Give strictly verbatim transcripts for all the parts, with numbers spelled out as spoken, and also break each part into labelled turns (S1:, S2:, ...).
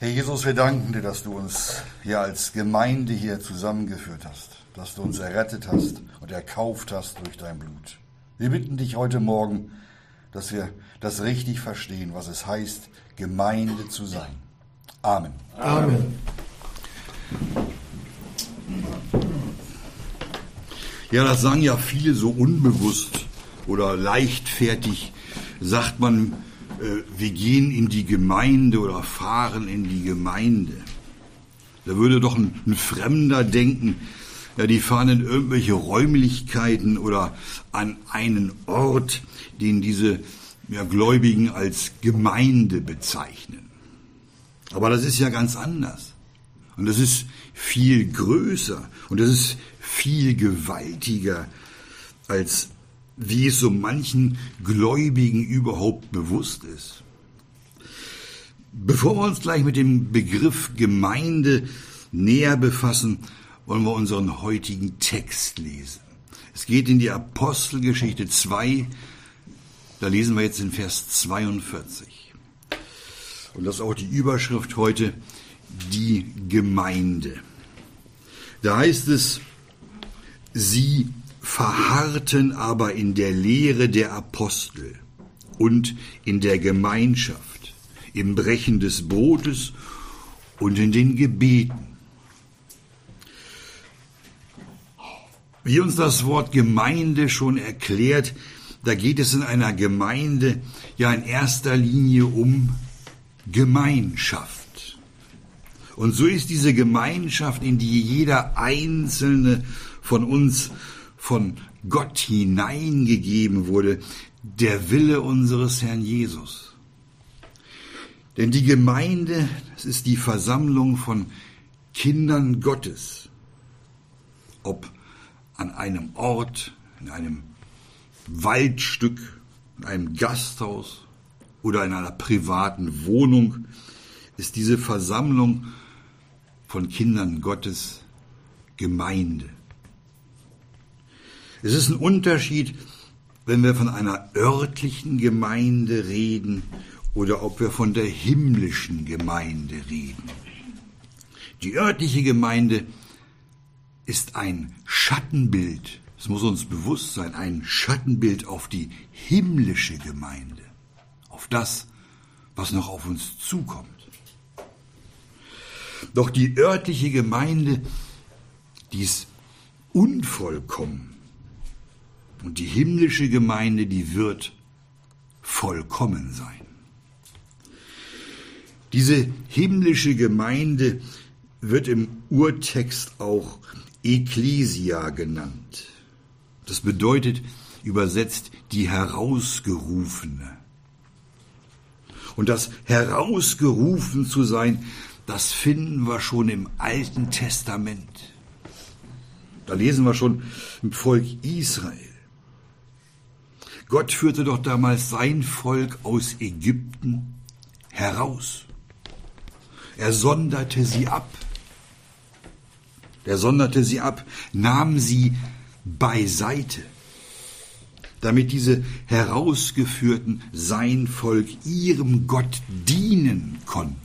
S1: Herr Jesus, wir danken dir, dass du uns hier als Gemeinde hier zusammengeführt hast, dass du uns errettet hast und erkauft hast durch dein Blut. Wir bitten dich heute Morgen, dass wir das richtig verstehen, was es heißt, Gemeinde zu sein. Amen.
S2: Amen.
S1: Ja, das sagen ja viele so unbewusst oder leichtfertig, sagt man, wir gehen in die Gemeinde oder fahren in die Gemeinde. Da würde doch ein, ein Fremder denken, ja, die fahren in irgendwelche Räumlichkeiten oder an einen Ort, den diese ja, Gläubigen als Gemeinde bezeichnen. Aber das ist ja ganz anders. Und das ist viel größer und das ist viel gewaltiger, als wie es so manchen Gläubigen überhaupt bewusst ist. Bevor wir uns gleich mit dem Begriff Gemeinde näher befassen, wollen wir unseren heutigen Text lesen. Es geht in die Apostelgeschichte zwei, da lesen wir jetzt in Vers zweiundvierzig. Und das ist auch die Überschrift heute, die Gemeinde. Da heißt es, sie verharrten aber in der Lehre der Apostel und in der Gemeinschaft, im Brechen des Brotes und in den Gebeten. Wie uns das Wort Gemeinde schon erklärt, da geht es in einer Gemeinde ja in erster Linie um Gemeinschaft. Und so ist diese Gemeinschaft, in die jeder Einzelne von uns von Gott hineingegeben wurde, der Wille unseres Herrn Jesus. Denn die Gemeinde, das ist die Versammlung von Kindern Gottes, ob an einem Ort, in einem Waldstück, in einem Gasthaus oder in einer privaten Wohnung, ist diese Versammlung von Kindern Gottes Gemeinde. Es ist ein Unterschied, wenn wir von einer örtlichen Gemeinde reden oder ob wir von der himmlischen Gemeinde reden. Die örtliche Gemeinde ist ein Schattenbild, es muss uns bewusst sein, ein Schattenbild auf die himmlische Gemeinde, auf das, was noch auf uns zukommt. Doch die örtliche Gemeinde, die ist unvollkommen. Und die himmlische Gemeinde, die wird vollkommen sein. Diese himmlische Gemeinde wird im Urtext auch Ekklesia genannt. Das bedeutet übersetzt die Herausgerufene. Und das herausgerufen zu sein, das finden wir schon im Alten Testament. Da lesen wir schon im Volk Israel. Gott führte doch damals sein Volk aus Ägypten heraus. Er sonderte sie ab. Er sonderte sie ab, nahm sie beiseite, damit diese Herausgeführten sein Volk ihrem Gott dienen konnten.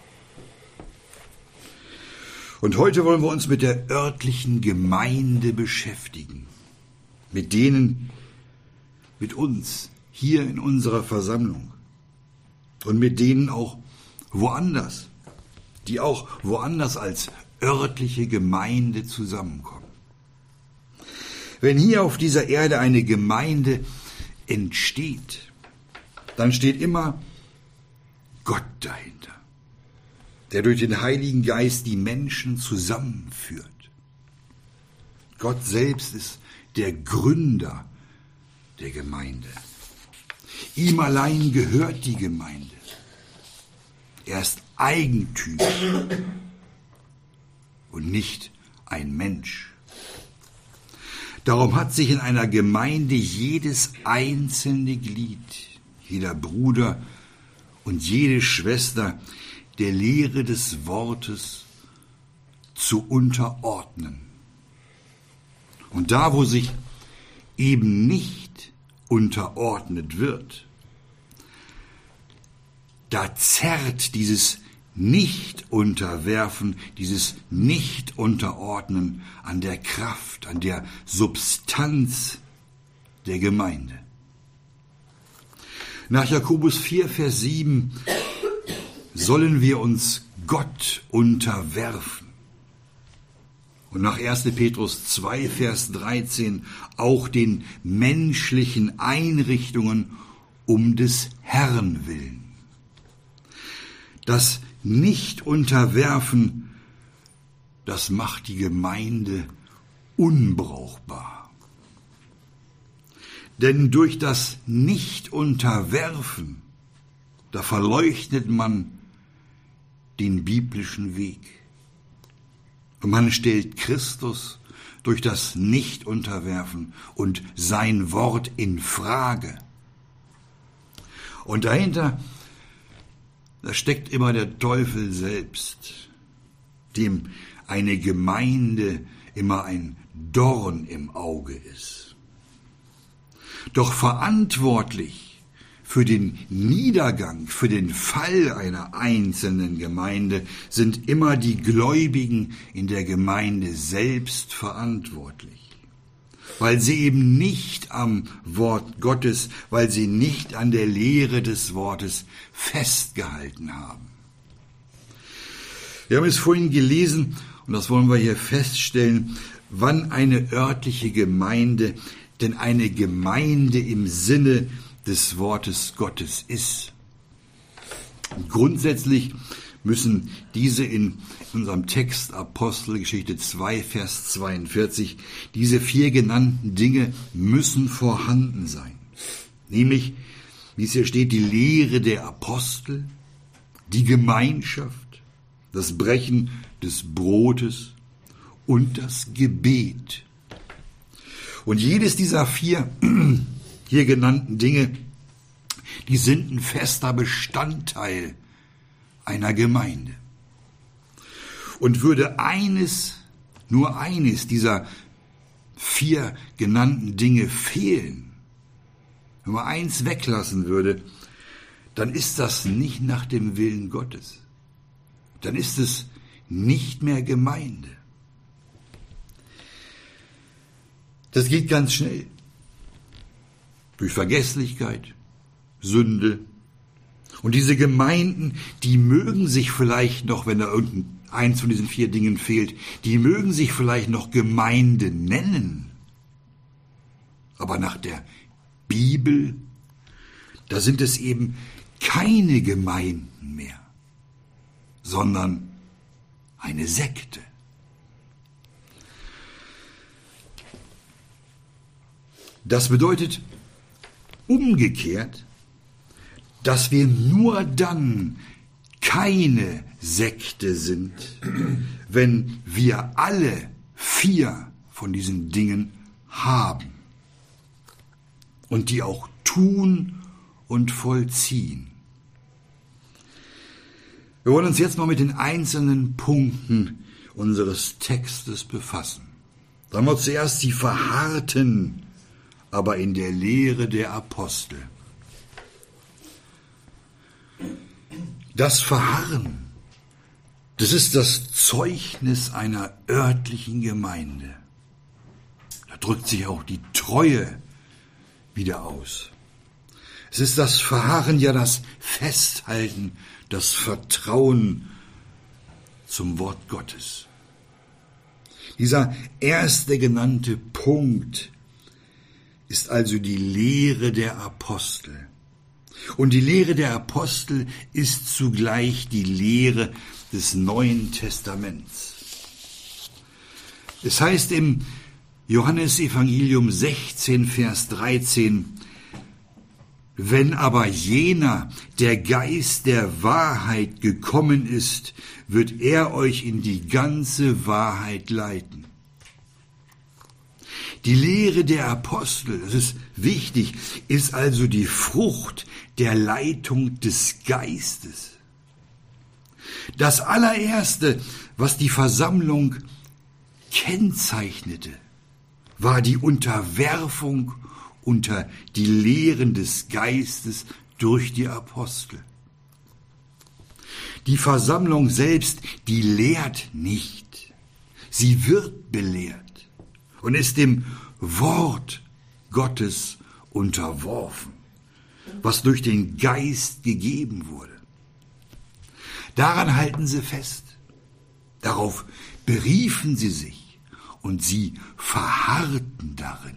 S1: Und heute wollen wir uns mit der örtlichen Gemeinde beschäftigen, mit denen, mit uns, hier in unserer Versammlung und mit denen auch woanders, die auch woanders als örtliche Gemeinde zusammenkommen. Wenn hier auf dieser Erde eine Gemeinde entsteht, dann steht immer Gott dahinter, der durch den Heiligen Geist die Menschen zusammenführt. Gott selbst ist der Gründer der Gemeinde. Ihm allein gehört die Gemeinde. Er ist Eigentümer und nicht ein Mensch. Darum hat sich in einer Gemeinde jedes einzelne Glied, jeder Bruder und jede Schwester der Lehre des Wortes zu unterordnen. Und da, wo sich eben nicht unterordnet wird, da zerrt dieses Nicht-Unterwerfen, dieses Nicht-Unterordnen an der Kraft, an der Substanz der Gemeinde. Nach Jakobus vier, Vers sieben sollen wir uns Gott unterwerfen. Und nach erster Petrus zwei, Vers dreizehn auch den menschlichen Einrichtungen um des Herrn willen. Das Nicht-Unterwerfen, das macht die Gemeinde unbrauchbar. Denn durch das Nicht-Unterwerfen, da verleugnet man den biblischen Weg. Und man stellt Christus durch das Nicht-Unterwerfen und sein Wort in Frage. Und dahinter, da steckt immer der Teufel selbst, dem eine Gemeinde immer ein Dorn im Auge ist. Doch verantwortlich für den Niedergang, für den Fall einer einzelnen Gemeinde sind immer die Gläubigen in der Gemeinde selbst verantwortlich, weil sie eben nicht am Wort Gottes, weil sie nicht an der Lehre des Wortes festgehalten haben. Wir haben es vorhin gelesen, und das wollen wir hier feststellen, wann eine örtliche Gemeinde denn eine Gemeinde im Sinne des Wortes Gottes ist. Grundsätzlich müssen diese in unserem Text Apostelgeschichte zwei, Vers zweiundvierzig, diese vier genannten Dinge müssen vorhanden sein. Nämlich, wie es hier steht, die Lehre der Apostel, die Gemeinschaft, das Brechen des Brotes und das Gebet. Und jedes dieser vier hier genannten Dinge, die sind ein fester Bestandteil einer Gemeinde. Und würde eines, nur eines dieser vier genannten Dinge fehlen, wenn man eins weglassen würde, dann ist das nicht nach dem Willen Gottes. Dann ist es nicht mehr Gemeinde. Das geht ganz schnell. Durch Vergesslichkeit, Sünde. Und diese Gemeinden, die mögen sich vielleicht noch, wenn da irgendeins von diesen vier Dingen fehlt, die mögen sich vielleicht noch Gemeinde nennen. Aber nach der Bibel, da sind es eben keine Gemeinden mehr, sondern eine Sekte. Das bedeutet umgekehrt, dass wir nur dann keine Sekte sind, wenn wir alle vier von diesen Dingen haben und die auch tun und vollziehen. Wir wollen uns jetzt mal mit den einzelnen Punkten unseres Textes befassen. Da haben wir zuerst die Verharrten, aber in der Lehre der Apostel. Das Verharren, das ist das Zeugnis einer örtlichen Gemeinde. Da drückt sich auch die Treue wieder aus. Es ist das Verharren, ja das Festhalten, das Vertrauen zum Wort Gottes. Dieser erste genannte Punkt ist also die Lehre der Apostel. Und die Lehre der Apostel ist zugleich die Lehre des Neuen Testaments. Es heißt im Johannesevangelium sechzehn, Vers dreizehn, wenn aber jener, der Geist der Wahrheit gekommen ist, wird er euch in die ganze Wahrheit leiten. Die Lehre der Apostel, das ist wichtig, ist also die Frucht der Leitung des Geistes. Das allererste, was die Versammlung kennzeichnete, war die Unterwerfung unter die Lehren des Geistes durch die Apostel. Die Versammlung selbst, die lehrt nicht. Sie wird belehrt und ist dem Wort Gottes unterworfen, was durch den Geist gegeben wurde. Daran halten sie fest. Darauf beriefen sie sich und sie verharrten darin.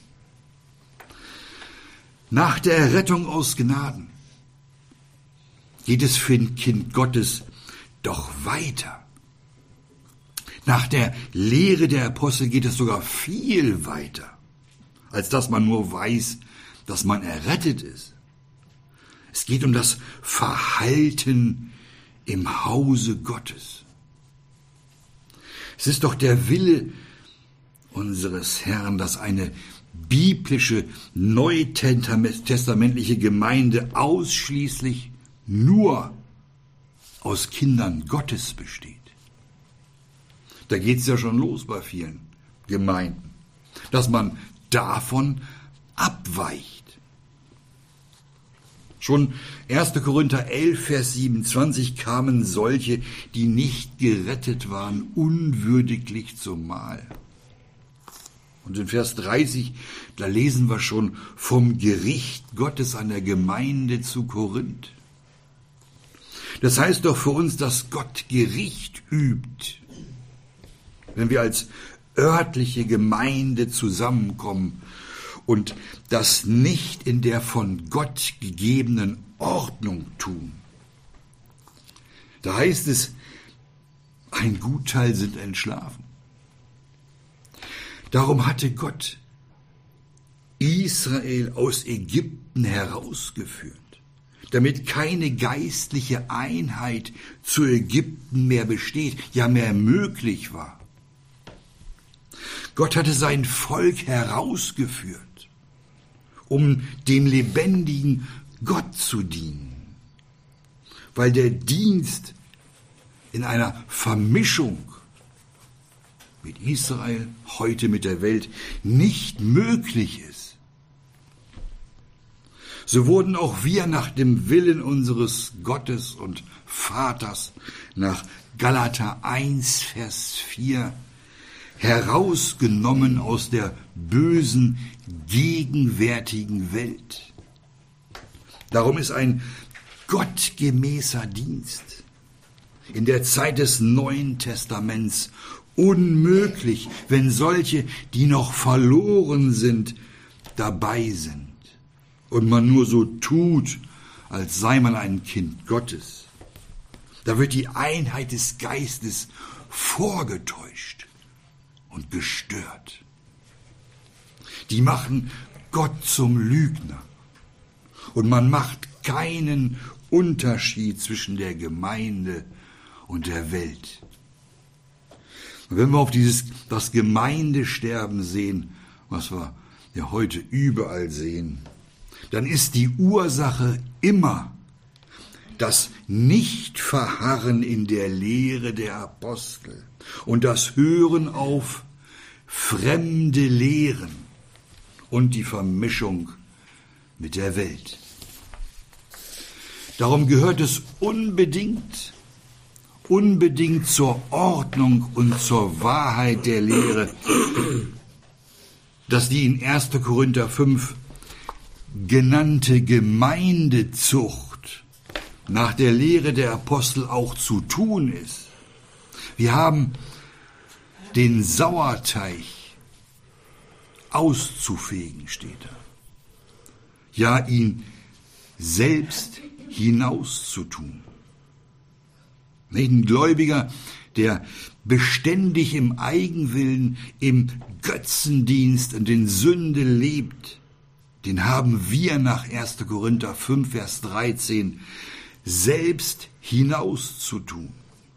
S1: Nach der Errettung aus Gnaden geht es für ein Kind Gottes doch weiter. Nach der Lehre der Apostel geht es sogar viel weiter, als dass man nur weiß, dass man errettet ist. Es geht um das Verhalten im Hause Gottes. Es ist doch der Wille unseres Herrn, dass eine biblische, neutestamentliche Gemeinde ausschließlich nur aus Kindern Gottes besteht. Da geht es ja schon los bei vielen Gemeinden, dass man davon abweicht. Schon erster Korinther elf, Vers siebenundzwanzig kamen solche, die nicht gerettet waren, unwürdiglich zum Mahl. Und in Vers dreißig, da lesen wir schon vom Gericht Gottes an der Gemeinde zu Korinth. Das heißt doch für uns, dass Gott Gericht übt, wenn wir als örtliche Gemeinde zusammenkommen und das nicht in der von Gott gegebenen Ordnung tun. Da heißt es, ein Gutteil sind entschlafen. Darum hatte Gott Israel aus Ägypten herausgeführt, damit keine geistliche Einheit zu Ägypten mehr besteht, ja mehr möglich war. Gott hatte sein Volk herausgeführt, um dem lebendigen Gott zu dienen, weil der Dienst in einer Vermischung mit Israel, heute mit der Welt, nicht möglich ist. So wurden auch wir nach dem Willen unseres Gottes und Vaters, nach Galater eins, Vers vier, herausgenommen aus der bösen, gegenwärtigen Welt. Darum ist ein gottgemäßer Dienst in der Zeit des Neuen Testaments unmöglich, wenn solche, die noch verloren sind, dabei sind und man nur so tut, als sei man ein Kind Gottes. Da wird die Einheit des Geistes vorgetäuscht und gestört. Die machen Gott zum Lügner und man macht keinen Unterschied zwischen der Gemeinde und der Welt. Und wenn wir auf dieses, das Gemeindesterben sehen, was wir ja heute überall sehen, dann ist die Ursache immer das Nichtverharren in der Lehre der Apostel und das Hören auf fremde Lehren und die Vermischung mit der Welt. Darum gehört es unbedingt, unbedingt zur Ordnung und zur Wahrheit der Lehre, dass die in erster Korinther fünf genannte Gemeindezucht nach der Lehre der Apostel auch zu tun ist. Wir haben den Sauerteig auszufegen, steht da. Ja, ihn selbst hinauszutun. Ein Gläubiger, der beständig im Eigenwillen, im Götzendienst und in Sünde lebt, den haben wir nach erster Korinther fünf, Vers dreizehn selbst hinauszutun.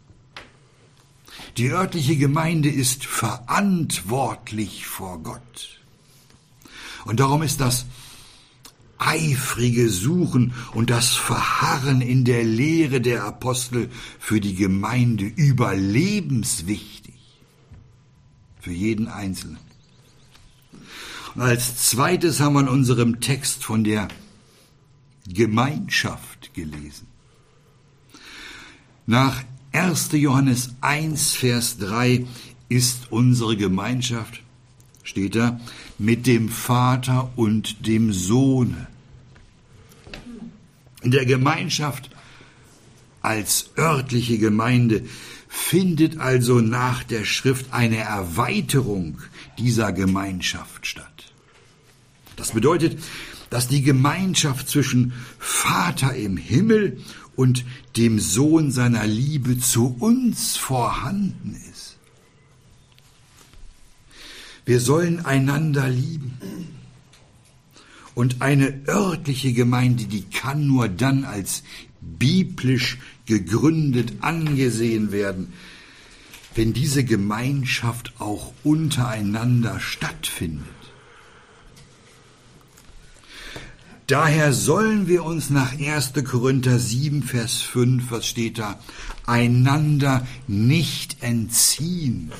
S1: Die örtliche Gemeinde ist verantwortlich vor Gott. Und darum ist das eifrige Suchen und das Verharren in der Lehre der Apostel für die Gemeinde überlebenswichtig, für jeden Einzelnen. Und als zweites haben wir in unserem Text von der Gemeinschaft gelesen. Nach erster Johannes eins, Vers drei ist unsere Gemeinschaft, steht da, mit dem Vater und dem Sohne. In der Gemeinschaft als örtliche Gemeinde findet also nach der Schrift eine Erweiterung dieser Gemeinschaft statt. Das bedeutet, dass die Gemeinschaft zwischen Vater im Himmel und dem Sohn seiner Liebe zu uns vorhanden ist. Wir sollen einander lieben. Und eine örtliche Gemeinde, die kann nur dann als biblisch gegründet angesehen werden, wenn diese Gemeinschaft auch untereinander stattfindet. Daher sollen wir uns nach erster Korinther sieben, Vers fünf, was steht da, einander nicht entziehen.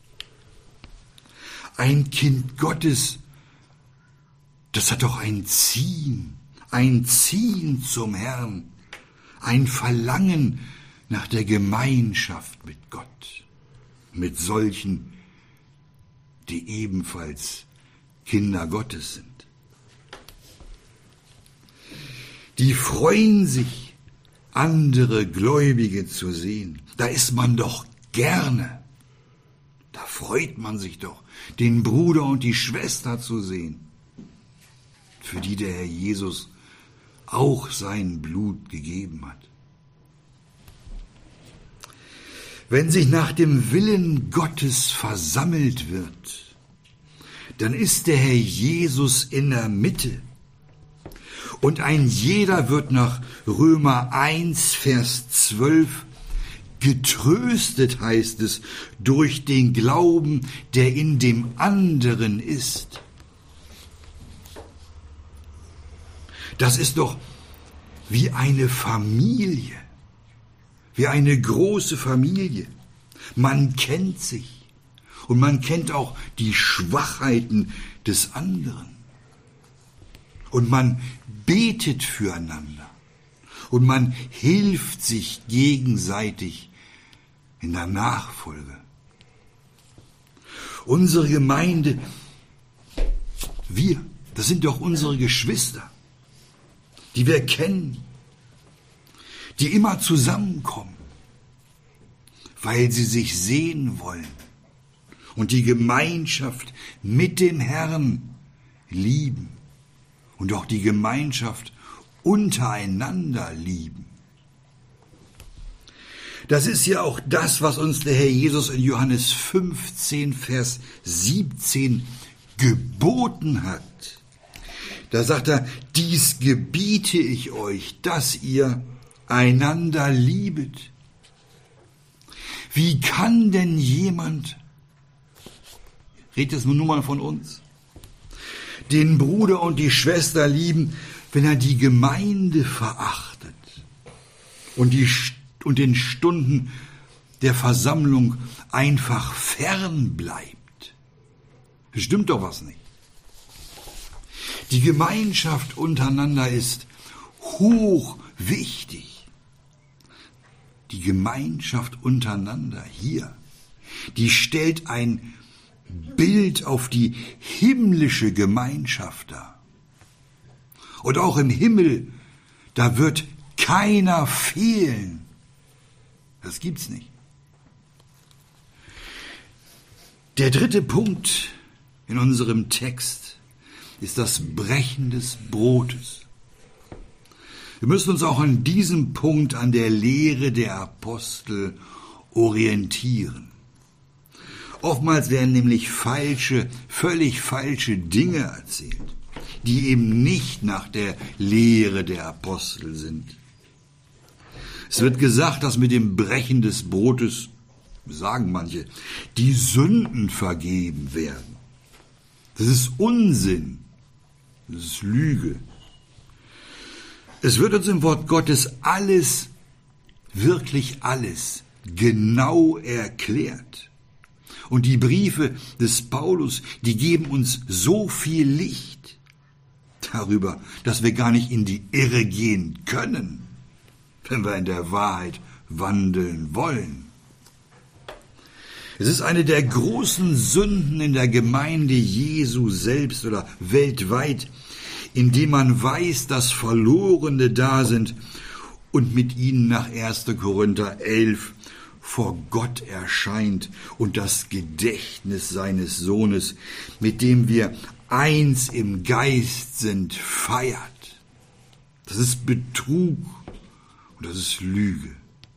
S1: Ein Kind Gottes, das hat doch ein Ziehen, ein Ziehen zum Herrn, ein Verlangen nach der Gemeinschaft mit Gott, mit solchen, die ebenfalls Kinder Gottes sind. Die freuen sich, andere Gläubige zu sehen. Da ist man doch gerne. Da freut man sich doch, den Bruder und die Schwester zu sehen, für die der Herr Jesus auch sein Blut gegeben hat. Wenn sich nach dem Willen Gottes versammelt wird, dann ist der Herr Jesus in der Mitte. Und ein jeder wird nach Römer eins, Vers zwölf getröstet, heißt es, durch den Glauben, der in dem anderen ist. Das ist doch wie eine Familie, wie eine große Familie. Man kennt sich und man kennt auch die Schwachheiten des anderen. Und man betet füreinander und man hilft sich gegenseitig in der Nachfolge. Unsere Gemeinde, wir, das sind doch unsere Geschwister, die wir kennen, die immer zusammenkommen, weil sie sich sehen wollen und die Gemeinschaft mit dem Herrn lieben. Und auch die Gemeinschaft untereinander lieben. Das ist ja auch das, was uns der Herr Jesus in Johannes fünfzehn, Vers siebzehn geboten hat. Da sagt er, dies gebiete ich euch, dass ihr einander liebet. Wie kann denn jemand, redet es nur mal von uns, den Bruder und die Schwester lieben, wenn er die Gemeinde verachtet und, die, und den Stunden der Versammlung einfach fern bleibt? Das stimmt doch was nicht. Die Gemeinschaft untereinander ist hoch wichtig. Die Gemeinschaft untereinander hier, die stellt ein Bild auf die himmlische Gemeinschaft dar. Und auch im Himmel, da wird keiner fehlen. Das gibt's nicht. Der dritte Punkt in unserem Text ist das Brechen des Brotes. Wir müssen uns auch an diesem Punkt an der Lehre der Apostel orientieren. Oftmals werden nämlich falsche, völlig falsche Dinge erzählt, die eben nicht nach der Lehre der Apostel sind. Es wird gesagt, dass mit dem Brechen des Brotes, sagen manche, die Sünden vergeben werden. Das ist Unsinn, das ist Lüge. Es wird uns im Wort Gottes alles, wirklich alles, genau erklärt. Und die Briefe des Paulus, die geben uns so viel Licht darüber, dass wir gar nicht in die Irre gehen können, wenn wir in der Wahrheit wandeln wollen. Es ist eine der großen Sünden in der Gemeinde Jesu selbst oder weltweit, indem man weiß, dass Verlorene da sind und mit ihnen nach erster Korinther elf vor Gott erscheint und das Gedächtnis seines Sohnes, mit dem wir eins im Geist sind, feiert. Das ist Betrug und das ist Lüge.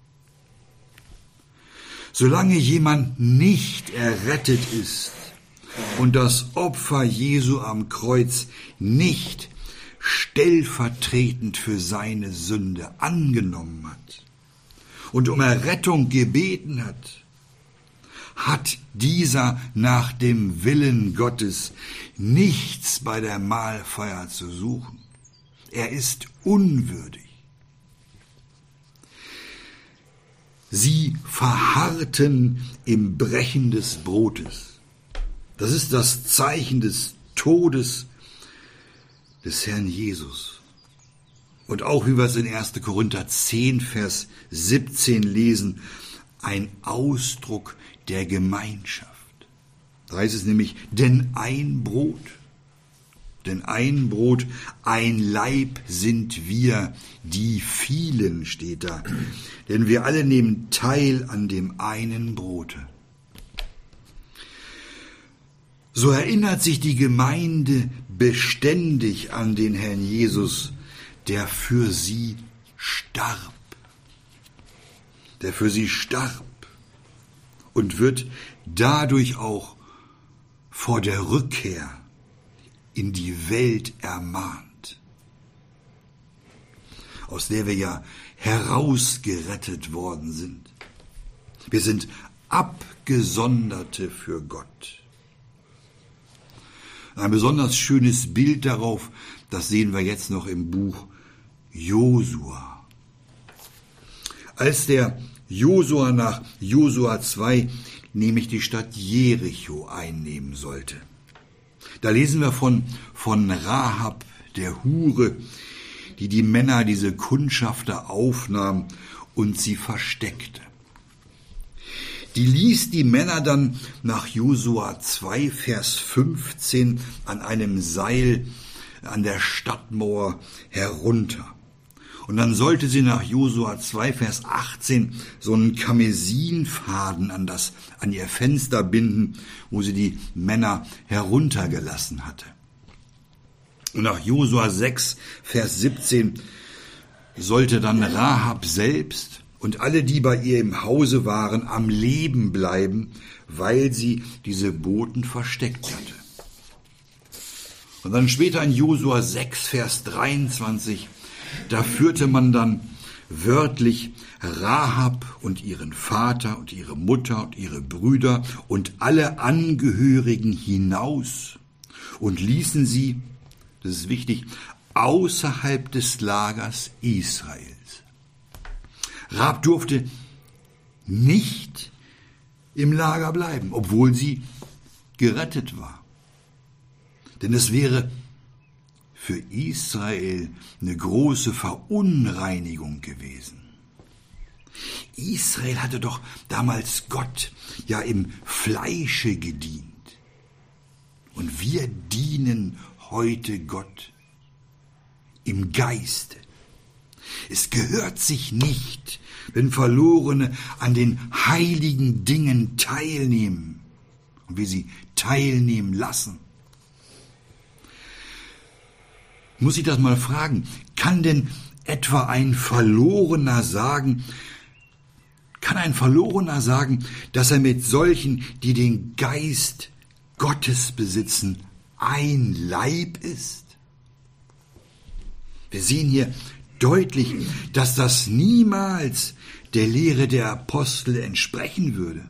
S1: Solange jemand nicht errettet ist und das Opfer Jesu am Kreuz nicht stellvertretend für seine Sünde angenommen hat und um Errettung gebeten hat, hat dieser nach dem Willen Gottes nichts bei der Mahlfeier zu suchen. Er ist unwürdig. Sie verharrten im Brechen des Brotes. Das ist das Zeichen des Todes des Herrn Jesus. Und auch, wie wir es in erster Korinther zehn, Vers siebzehn lesen, ein Ausdruck der Gemeinschaft. Da heißt es nämlich, denn ein Brot, denn ein Brot, ein Leib sind wir, die vielen, steht da. Denn wir alle nehmen teil an dem einen Brote. So erinnert sich die Gemeinde beständig an den Herrn Jesus, der für sie starb. Der für sie starb und wird dadurch auch vor der Rückkehr in die Welt ermahnt, aus der wir ja herausgerettet worden sind. Wir sind Abgesonderte für Gott. Ein besonders schönes Bild darauf, das sehen wir jetzt noch im Buch Josua. Als der Josua nach Josua zwei nämlich die Stadt Jericho einnehmen sollte. Da lesen wir von, von Rahab, der Hure, die die Männer, diese Kundschafter aufnahm und sie versteckte. Die ließ die Männer dann nach Josua zwei, Vers fünfzehn an einem Seil an der Stadtmauer herunter. Und dann sollte sie nach Josua zwei, Vers achtzehn so einen Kamesinfaden an, das, an ihr Fenster binden, wo sie die Männer heruntergelassen hatte. Und nach Josua sechs, Vers siebzehn sollte dann Rahab selbst und alle, die bei ihr im Hause waren, am Leben bleiben, weil sie diese Boten versteckt hatte. Und dann später in Josua sechs, Vers dreiundzwanzig, da führte man dann wörtlich Rahab und ihren Vater und ihre Mutter und ihre Brüder und alle Angehörigen hinaus und ließen sie, das ist wichtig, außerhalb des Lagers Israels. Rahab durfte nicht im Lager bleiben, obwohl sie gerettet war. Denn es wäre für Israel eine große Verunreinigung gewesen. Israel hatte doch damals Gott ja im Fleische gedient. Und wir dienen heute Gott im Geiste. Es gehört sich nicht, wenn Verlorene an den heiligen Dingen teilnehmen und wir sie teilnehmen lassen. Muss ich das mal fragen, kann denn etwa ein Verlorener sagen, kann ein Verlorener sagen, dass er mit solchen, die den Geist Gottes besitzen, ein Leib ist? Wir sehen hier deutlich, dass das niemals der Lehre der Apostel entsprechen würde.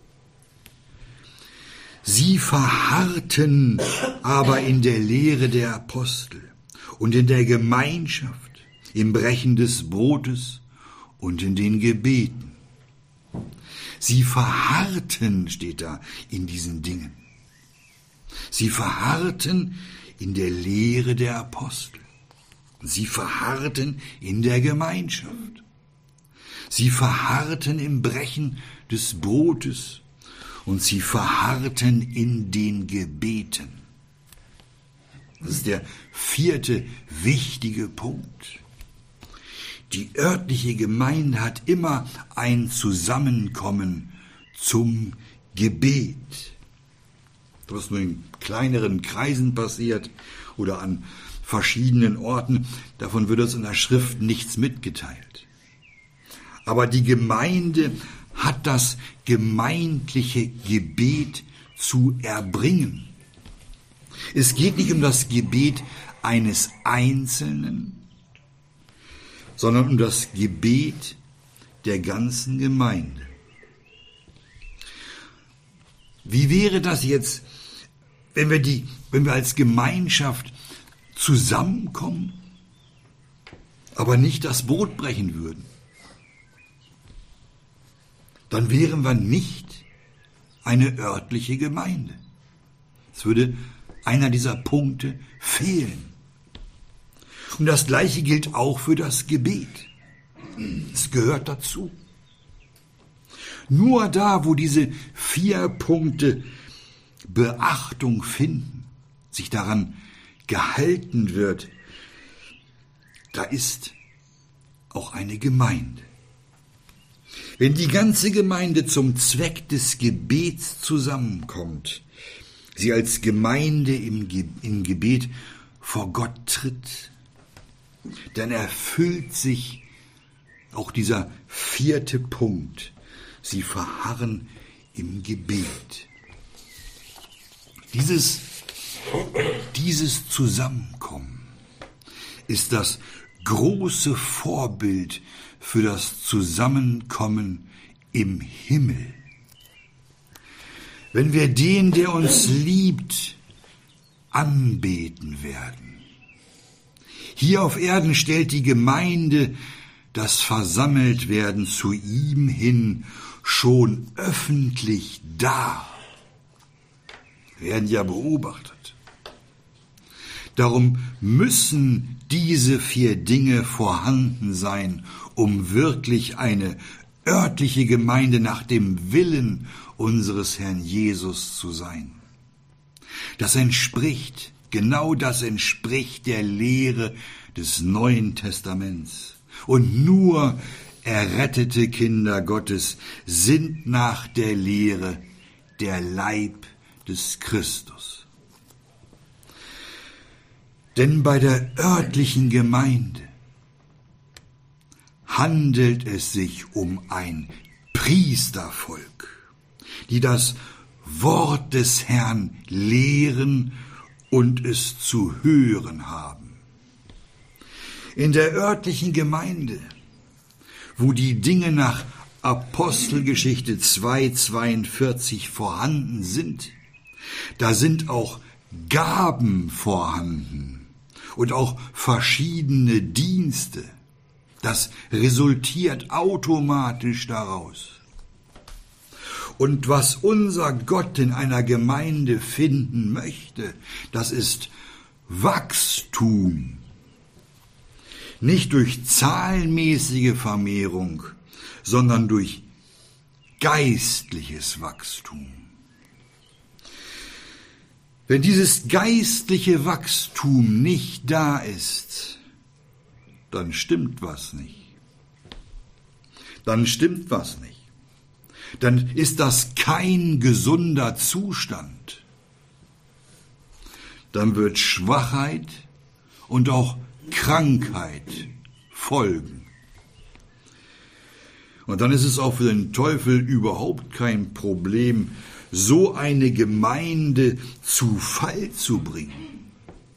S1: Sie verharrten aber in der Lehre der Apostel und in der Gemeinschaft, im Brechen des Brotes und in den Gebeten. Sie verharrten, steht da, in diesen Dingen. Sie verharrten in der Lehre der Apostel. Sie verharrten in der Gemeinschaft. Sie verharrten im Brechen des Brotes und sie verharrten in den Gebeten. Das ist der vierte wichtige Punkt. Die örtliche Gemeinde hat immer ein Zusammenkommen zum Gebet. Was nur in kleineren Kreisen passiert oder an verschiedenen Orten, davon wird uns in der Schrift nichts mitgeteilt. Aber die Gemeinde hat das gemeindliche Gebet zu erbringen. Es geht nicht um das Gebet eines Einzelnen, sondern um das Gebet der ganzen Gemeinde. Wie wäre das jetzt, wenn wir, die, wenn wir als Gemeinschaft zusammenkommen, aber nicht das Brot brechen würden? Dann wären wir nicht eine örtliche Gemeinde. Es würde einer dieser Punkte fehlen. Und das Gleiche gilt auch für das Gebet. Es gehört dazu. Nur da, wo diese vier Punkte Beachtung finden, sich daran gehalten wird, da ist auch eine Gemeinde. Wenn die ganze Gemeinde zum Zweck des Gebets zusammenkommt, sie als Gemeinde im, Ge- im Gebet vor Gott tritt, dann erfüllt sich auch dieser vierte Punkt. Sie verharren im Gebet. Dieses, dieses Zusammenkommen ist das große Vorbild für das Zusammenkommen im Himmel. Wenn wir den, der uns liebt, anbeten werden. Hier auf Erden stellt die Gemeinde das Versammeltwerden zu ihm hin schon öffentlich dar. Wir werden ja beobachtet. Darum müssen diese vier Dinge vorhanden sein, um wirklich eine örtliche Gemeinde nach dem Willen unseres Herrn Jesus zu sein. Das entspricht, genau das entspricht der Lehre des Neuen Testaments. Und nur errettete Kinder Gottes sind nach der Lehre der Leib des Christus. Denn bei der örtlichen Gemeinde handelt es sich um ein Priestervolk, die das Wort des Herrn lehren und es zu hören haben. In der örtlichen Gemeinde, wo die Dinge nach Apostelgeschichte zwei zweiundvierzig vorhanden sind, da sind auch Gaben vorhanden und auch verschiedene Dienste. Das resultiert automatisch daraus. Und was unser Gott in einer Gemeinde finden möchte, das ist Wachstum. Nicht durch zahlenmäßige Vermehrung, sondern durch geistliches Wachstum. Wenn dieses geistliche Wachstum nicht da ist, dann stimmt was nicht. Dann stimmt was nicht. Dann ist das kein gesunder Zustand. Dann wird Schwachheit und auch Krankheit folgen. Und dann ist es auch für den Teufel überhaupt kein Problem, so eine Gemeinde zu Fall zu bringen.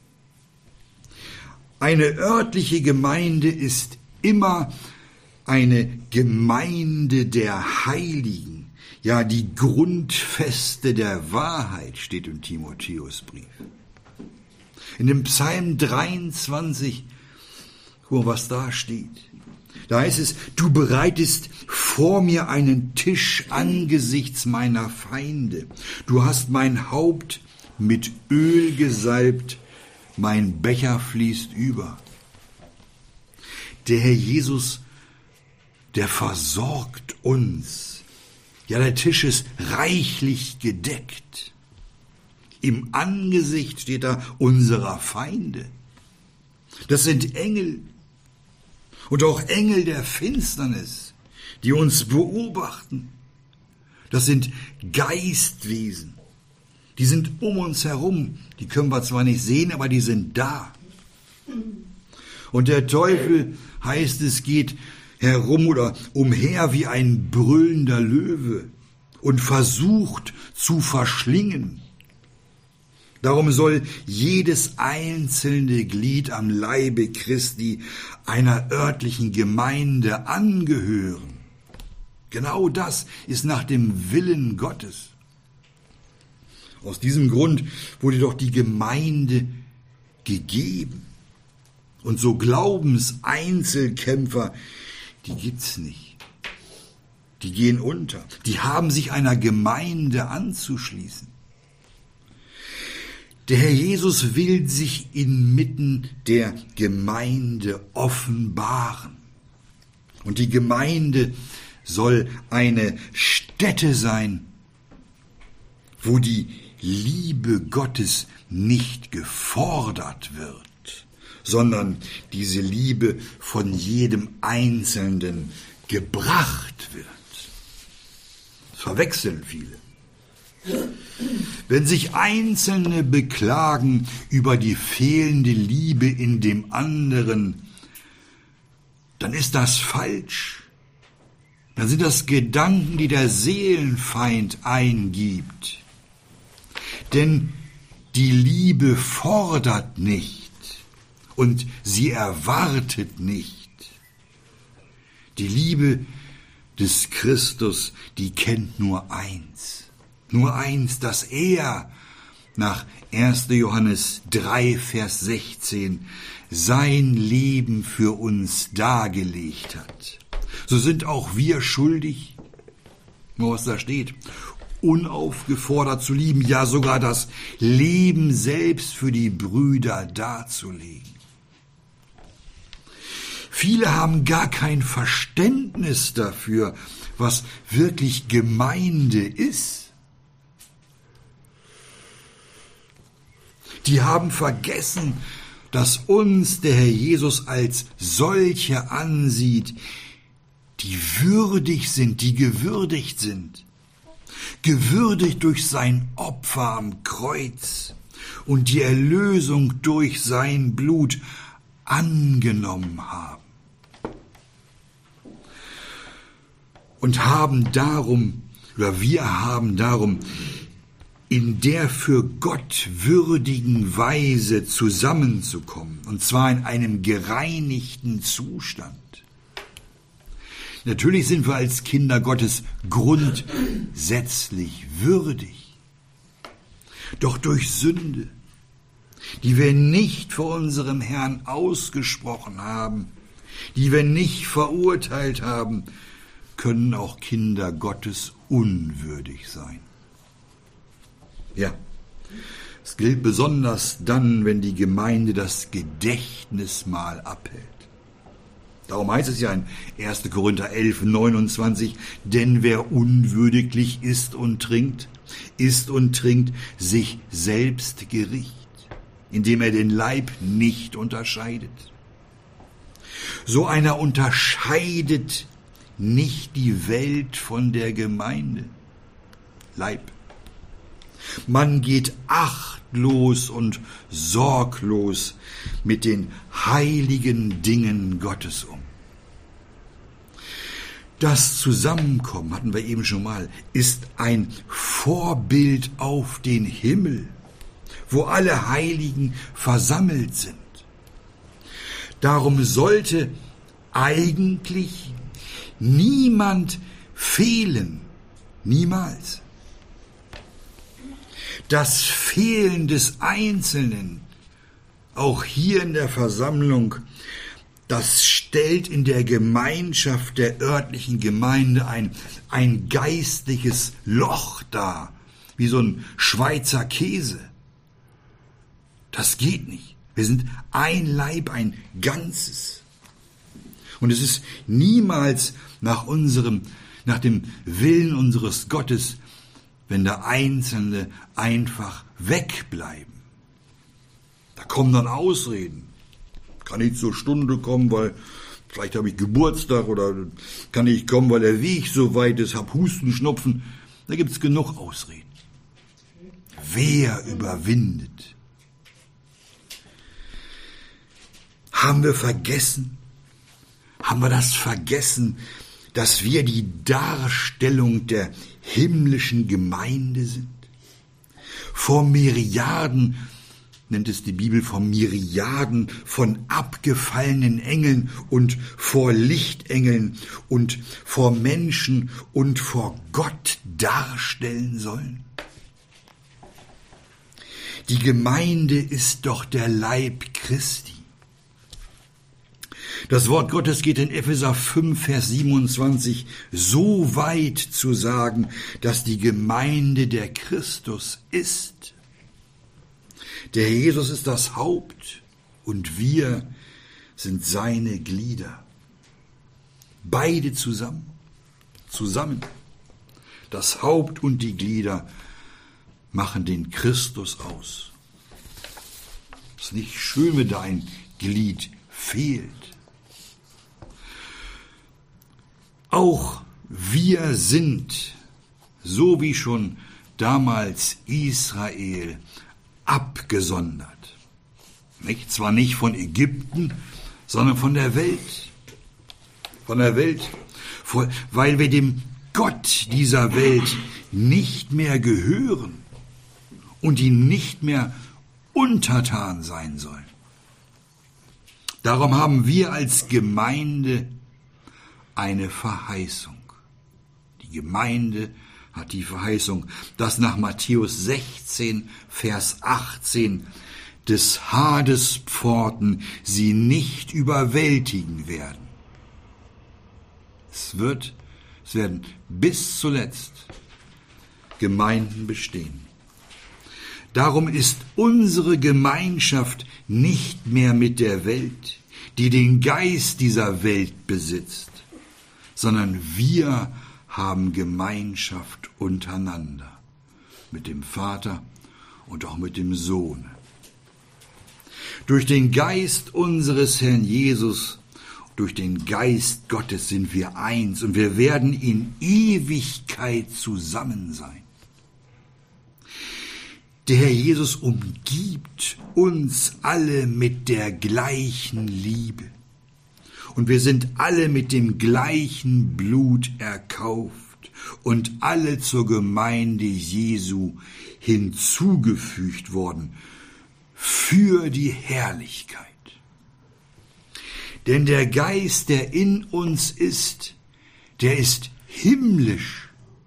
S1: Eine örtliche Gemeinde ist immer eine Gemeinde der Heiligen. Ja, die Grundfeste der Wahrheit steht im Timotheusbrief. In dem Psalm dreiundzwanzig, guck mal, was da steht. Da heißt es, du bereitest vor mir einen Tisch angesichts meiner Feinde. Du hast mein Haupt mit Öl gesalbt, mein Becher fließt über. Der Herr Jesus der versorgt uns. Ja, der Tisch ist reichlich gedeckt. Im Angesicht steht da unserer Feinde. Das sind Engel und auch Engel der Finsternis, die uns beobachten. Das sind Geistwesen, die sind um uns herum. Die können wir zwar nicht sehen, aber die sind da. Und der Teufel, heißt es, geht herum oder umher wie ein brüllender Löwe und versucht zu verschlingen. Darum soll jedes einzelne Glied am Leibe Christi einer örtlichen Gemeinde angehören. Genau das ist nach dem Willen Gottes. Aus diesem Grund wurde doch die Gemeinde gegeben. Und so Glaubenseinzelkämpfer, die gibt's nicht. Die gehen unter. Die haben sich einer Gemeinde anzuschließen. Der Herr Jesus will sich inmitten der Gemeinde offenbaren. Und die Gemeinde soll eine Stätte sein, wo die Liebe Gottes nicht gefordert wird, sondern diese Liebe von jedem Einzelnen gebracht wird. Das verwechseln viele. Wenn sich Einzelne beklagen über die fehlende Liebe in dem anderen, dann ist das falsch. Dann sind das Gedanken, die der Seelenfeind eingibt. Denn die Liebe fordert nicht und sie erwartet nicht. Die Liebe des Christus, die kennt nur eins. Nur eins, dass er nach erster Johannes drei, Vers sechzehn sein Leben für uns dargelegt hat. So sind auch wir schuldig, nur was da steht, unaufgefordert zu lieben, ja sogar das Leben selbst für die Brüder darzulegen. Viele haben gar kein Verständnis dafür, was wirklich Gemeinde ist. Die haben vergessen, dass uns der Herr Jesus als solche ansieht, die würdig sind, die gewürdigt sind. Gewürdigt durch sein Opfer am Kreuz und die Erlösung durch sein Blut angenommen haben. Und haben darum, oder wir haben darum, in der für Gott würdigen Weise zusammenzukommen, und zwar in einem gereinigten Zustand. Natürlich sind wir als Kinder Gottes grundsätzlich würdig, doch durch Sünde, die wir nicht vor unserem Herrn ausgesprochen haben, die wir nicht verurteilt haben, können auch Kinder Gottes unwürdig sein. Ja, es gilt besonders dann, wenn die Gemeinde das Gedächtnismahl abhält. Darum heißt es ja in erster Korinther elf, neunundzwanzig, denn wer unwürdiglich isst und trinkt, isst und trinkt sich selbst Gericht, indem er den Leib nicht unterscheidet. So einer unterscheidet nicht die Welt von der Gemeinde. Leib. Man geht achtlos und sorglos mit den heiligen Dingen Gottes um. Das Zusammenkommen, hatten wir eben schon mal, ist ein Vorbild auf den Himmel, wo alle Heiligen versammelt sind. Darum sollte eigentlich niemand fehlen, niemals. Das Fehlen des Einzelnen, auch hier in der Versammlung, das stellt in der Gemeinschaft der örtlichen Gemeinde ein, ein geistliches Loch dar, wie so ein Schweizer Käse. Das geht nicht. Wir sind ein Leib, ein Ganzes. Und es ist niemals nach unserem, nach dem Willen unseres Gottes, wenn da Einzelne einfach wegbleiben. Da kommen dann Ausreden. Kann ich zur Stunde kommen, weil vielleicht habe ich Geburtstag, oder kann ich kommen, weil der Weg so weit ist, habe Husten, Schnupfen. Da gibt es genug Ausreden. Wer überwindet? Haben wir vergessen? Haben wir das vergessen, dass wir die Darstellung der himmlischen Gemeinde sind? Vor Myriaden, nennt es die Bibel, vor Myriaden von abgefallenen Engeln und vor Lichtengeln und vor Menschen und vor Gott darstellen sollen? Die Gemeinde ist doch der Leib Christi. Das Wort Gottes geht in Epheser fünf, Vers siebenundzwanzig so weit zu sagen, dass die Gemeinde der Christus ist. Der Herr Jesus ist das Haupt und wir sind seine Glieder. Beide zusammen, zusammen. Das Haupt und die Glieder machen den Christus aus. Es ist nicht schön, wenn da ein Glied fehlt. Auch wir sind, so wie schon damals Israel, abgesondert. Nicht? Zwar nicht von Ägypten, sondern von der Welt. Von der Welt. Weil wir dem Gott dieser Welt nicht mehr gehören und ihm nicht mehr untertan sein sollen. Darum haben wir als Gemeinde eine Verheißung. Die Gemeinde hat die Verheißung, dass nach Matthäus sechzehn, Vers achtzehn des Hades Pforten sie nicht überwältigen werden. Es wird, es werden bis zuletzt Gemeinden bestehen. Darum ist unsere Gemeinschaft nicht mehr mit der Welt, die den Geist dieser Welt besitzt, sondern wir haben Gemeinschaft untereinander mit dem Vater und auch mit dem Sohn. Durch den Geist unseres Herrn Jesus, durch den Geist Gottes sind wir eins und wir werden in Ewigkeit zusammen sein. Der Herr Jesus umgibt uns alle mit der gleichen Liebe. Und wir sind alle mit dem gleichen Blut erkauft und alle zur Gemeinde Jesu hinzugefügt worden für die Herrlichkeit. Denn der Geist, der in uns ist, der ist himmlisch.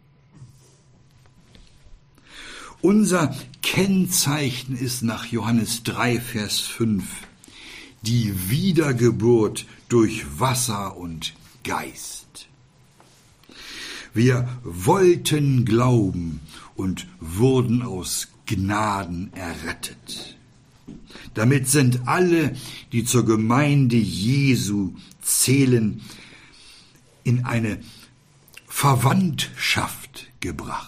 S1: Unser Kennzeichen ist nach Johannes drei, Vers fünf die Wiedergeburt durch Wasser und Geist. Wir wollten glauben und wurden aus Gnaden errettet. Damit sind alle, die zur Gemeinde Jesu zählen, in eine Verwandtschaft gebracht.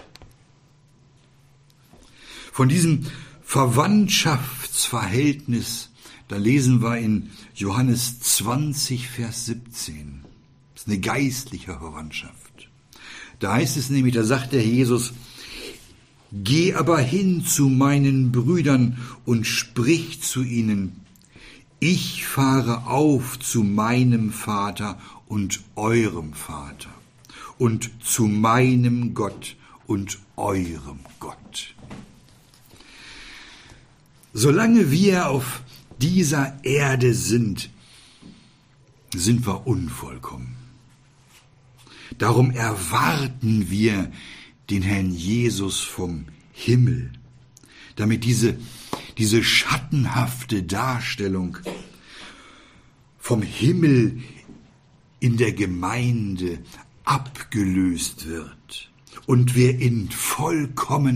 S1: Von diesem Verwandtschaftsverhältnis, da lesen wir in Johannes zwanzig, Vers siebzehn. Das ist eine geistliche Verwandtschaft. Da heißt es nämlich, da sagt der Jesus, geh aber hin zu meinen Brüdern und sprich zu ihnen, ich fahre auf zu meinem Vater und eurem Vater und zu meinem Gott und eurem Gott. Solange wir auf dieser Erde sind, sind wir unvollkommen. Darum erwarten wir den Herrn Jesus vom Himmel, damit diese, diese schattenhafte Darstellung vom Himmel in der Gemeinde abgelöst wird und wir in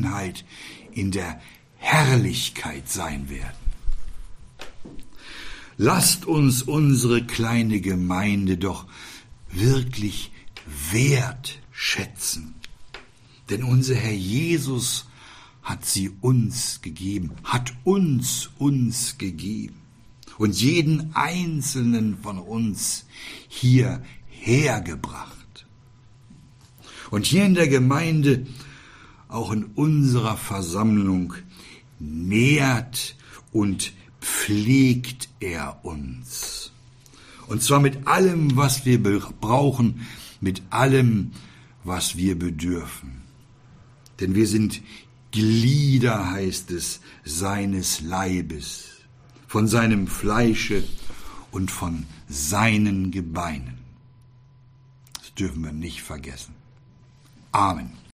S1: Vollkommenheit in der Herrlichkeit sein werden. lasst uns unsere kleine Gemeinde doch wirklich wertschätzen. Denn unser Herr Jesus hat sie uns gegeben, hat uns uns gegeben und jeden einzelnen von uns hier hergebracht. Und hier in der Gemeinde, auch in unserer Versammlung, nährt und pflegt er uns. Und zwar mit allem, was wir brauchen, mit allem, was wir bedürfen. Denn wir sind Glieder, heißt es, seines Leibes, von seinem Fleische und von seinen Gebeinen. Das dürfen wir nicht vergessen. Amen.